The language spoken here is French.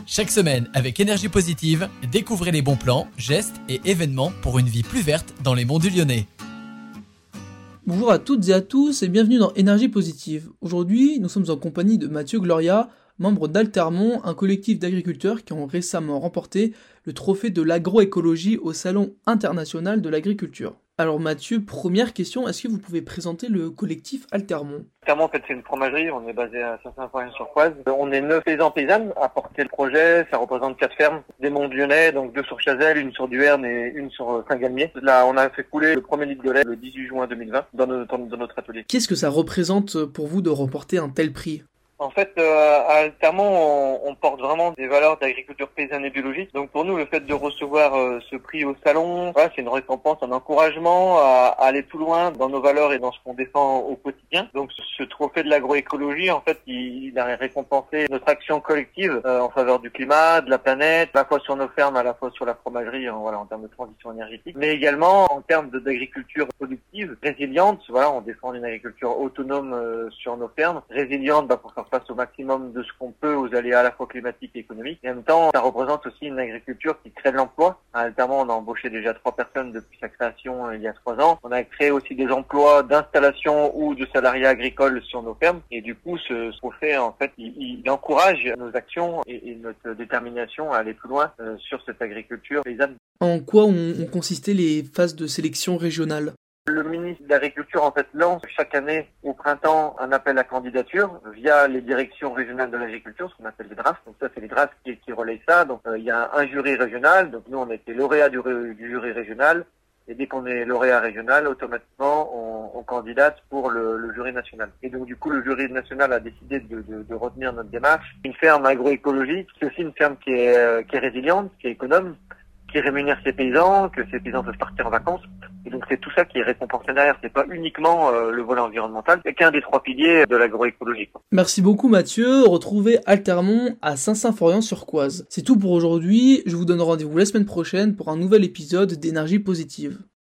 Chaque semaine, avec Énergie Positive, découvrez les bons plans, gestes et événements pour une vie plus verte dans les monts du Lyonnais. Bonjour à toutes et à tous et bienvenue dans Énergie Positive. Aujourd'hui, nous sommes en compagnie de Mathieu Gloria, membre d'Altermont, un collectif d'agriculteurs qui ont récemment remporté le trophée de l'agroécologie au Salon international de l'agriculture. Alors Mathieu, première question, est-ce que vous pouvez présenter le collectif Altermont ? Altermont, en fait, c'est une fromagerie, on est basé à Saint-Symphorien-sur-Coise. On est 9 paysans paysannes à porter le projet, ça représente 4 fermes, des monts lyonnais, donc 2 sur Chazelles, une sur Duerne et une sur Saint-Galmier. Là, on a fait couler le premier litre de lait le 18 juin 2020 dans notre atelier. Qu'est-ce que ça représente pour vous de remporter un tel prix ? En fait, à Altermont, on porte vraiment des valeurs d'agriculture paysanne et biologique. Donc pour nous, le fait de recevoir ce prix au salon, voilà, c'est une récompense, un encouragement à aller plus loin dans nos valeurs et dans ce qu'on défend au quotidien. Donc ce trophée de l'agroécologie, en fait, il a récompensé notre action collective en faveur du climat, de la planète, à la fois sur nos fermes, à la fois sur la fromagerie, en termes de transition énergétique, mais également en termes d'agriculture productive, résiliente. Voilà, on défend une agriculture autonome sur nos fermes, résiliente pour faire face au maximum de ce qu'on peut aux aléas à la fois climatiques et économiques. Et en même temps, ça représente aussi une agriculture qui crée de l'emploi. Altermont, on a embauché déjà 3 personnes depuis sa création il y a 3 ans. On a créé aussi des emplois d'installation ou de salariat agricole sur nos fermes. Et du coup, ce trophée, en fait, il encourage nos actions et notre détermination à aller plus loin sur cette agriculture paysanne. En quoi ont consisté les phases de sélection régionale ? Le ministre de l'Agriculture, en fait, lance chaque année au printemps un appel à candidature via les directions régionales de l'agriculture, ce qu'on appelle les DRAF. Donc ça, c'est les DRAF qui relayent ça. Donc il y a un jury régional. Donc nous, on a été lauréat du jury régional. Et dès qu'on est lauréat régional, automatiquement, on candidate pour le jury national. Et donc du coup, le jury national a décidé de retenir notre démarche. Une ferme agroécologique, c'est aussi une ferme qui est résiliente, qui est économe, qui rémunère ses paysans, que ses paysans peuvent partir en vacances. Et donc c'est tout ça qui est récompensé derrière, c'est pas uniquement le volet environnemental, c'est qu'un des 3 piliers de l'agroécologie. Merci beaucoup Mathieu, retrouvez Altermont à Saint-Symphorien-sur-Coise. C'est tout pour aujourd'hui, je vous donne rendez-vous la semaine prochaine pour un nouvel épisode d'Énergie Positive.